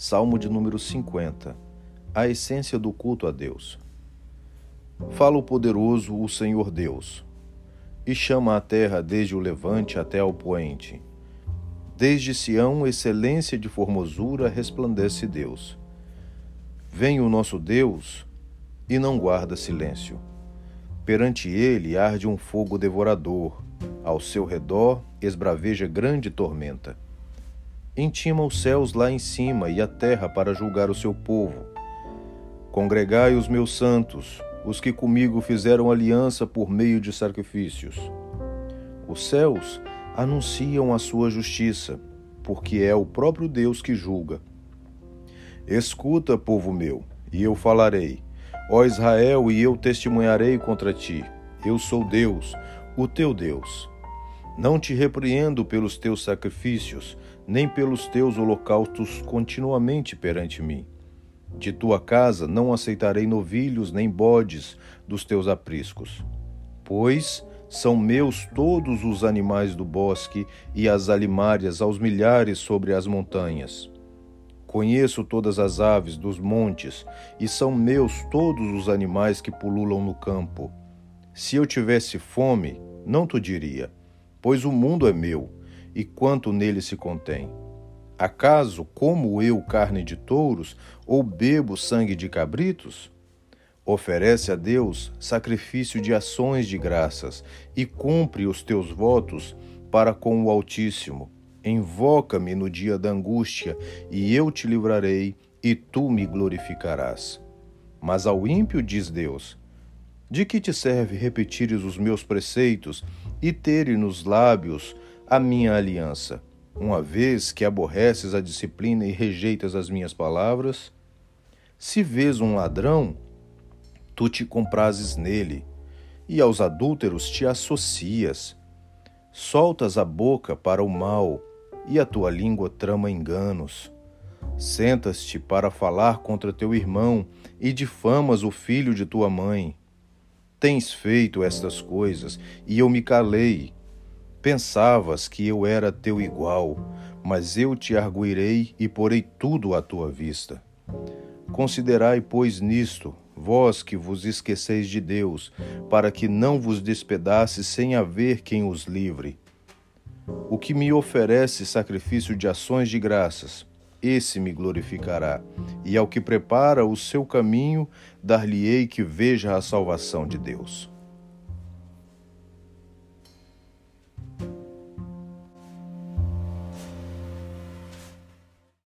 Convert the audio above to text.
Salmo de número 50. A essência do culto a Deus. Fala o poderoso, o Senhor Deus, e chama a terra desde o levante até ao poente. Desde Sião, excelência de formosura, resplandece Deus. Vem o nosso Deus e não guarda silêncio. Perante ele arde um fogo devorador, ao seu redor esbraveja grande tormenta. Intima os céus lá em cima e a terra para julgar o seu povo. Congregai os meus santos, os que comigo fizeram aliança por meio de sacrifícios. Os céus anunciam a sua justiça, porque é o próprio Deus que julga. Escuta, povo meu, e eu falarei. Ó Israel, e eu testemunharei contra ti. Eu sou Deus, o teu Deus. Não te repreendo pelos teus sacrifícios, nem pelos teus holocaustos continuamente perante mim. De tua casa não aceitarei novilhos nem bodes dos teus apriscos. Pois são meus todos os animais do bosque e as alimárias aos milhares sobre as montanhas. Conheço todas as aves dos montes, e são meus todos os animais que pululam no campo. Se eu tivesse fome, não te diria, pois o mundo é meu, e quanto nele se contém. Acaso como eu carne de touros, ou bebo sangue de cabritos? Oferece a Deus sacrifício de ações de graças, e cumpre os teus votos para com o Altíssimo. Invoca-me no dia da angústia, e eu te livrarei, e tu me glorificarás. Mas ao ímpio diz Deus: de que te serve repetires os meus preceitos e teres nos lábios a minha aliança, uma vez que aborreces a disciplina e rejeitas as minhas palavras? Se vês um ladrão, tu te comprases nele, e aos adúlteros te associas. Soltas a boca para o mal, e a tua língua trama enganos. Sentas-te para falar contra teu irmão, e difamas o filho de tua mãe. Tens feito estas coisas, e eu me calei. Pensavas que eu era teu igual, mas eu te arguirei e porei tudo à tua vista. Considerai, pois, nisto, vós que vos esqueceis de Deus, para que não vos despedace sem haver quem os livre. O que me oferece sacrifício de ações de graças, esse me glorificará, e ao que prepara o seu caminho, dar-lhe-ei que veja a salvação de Deus.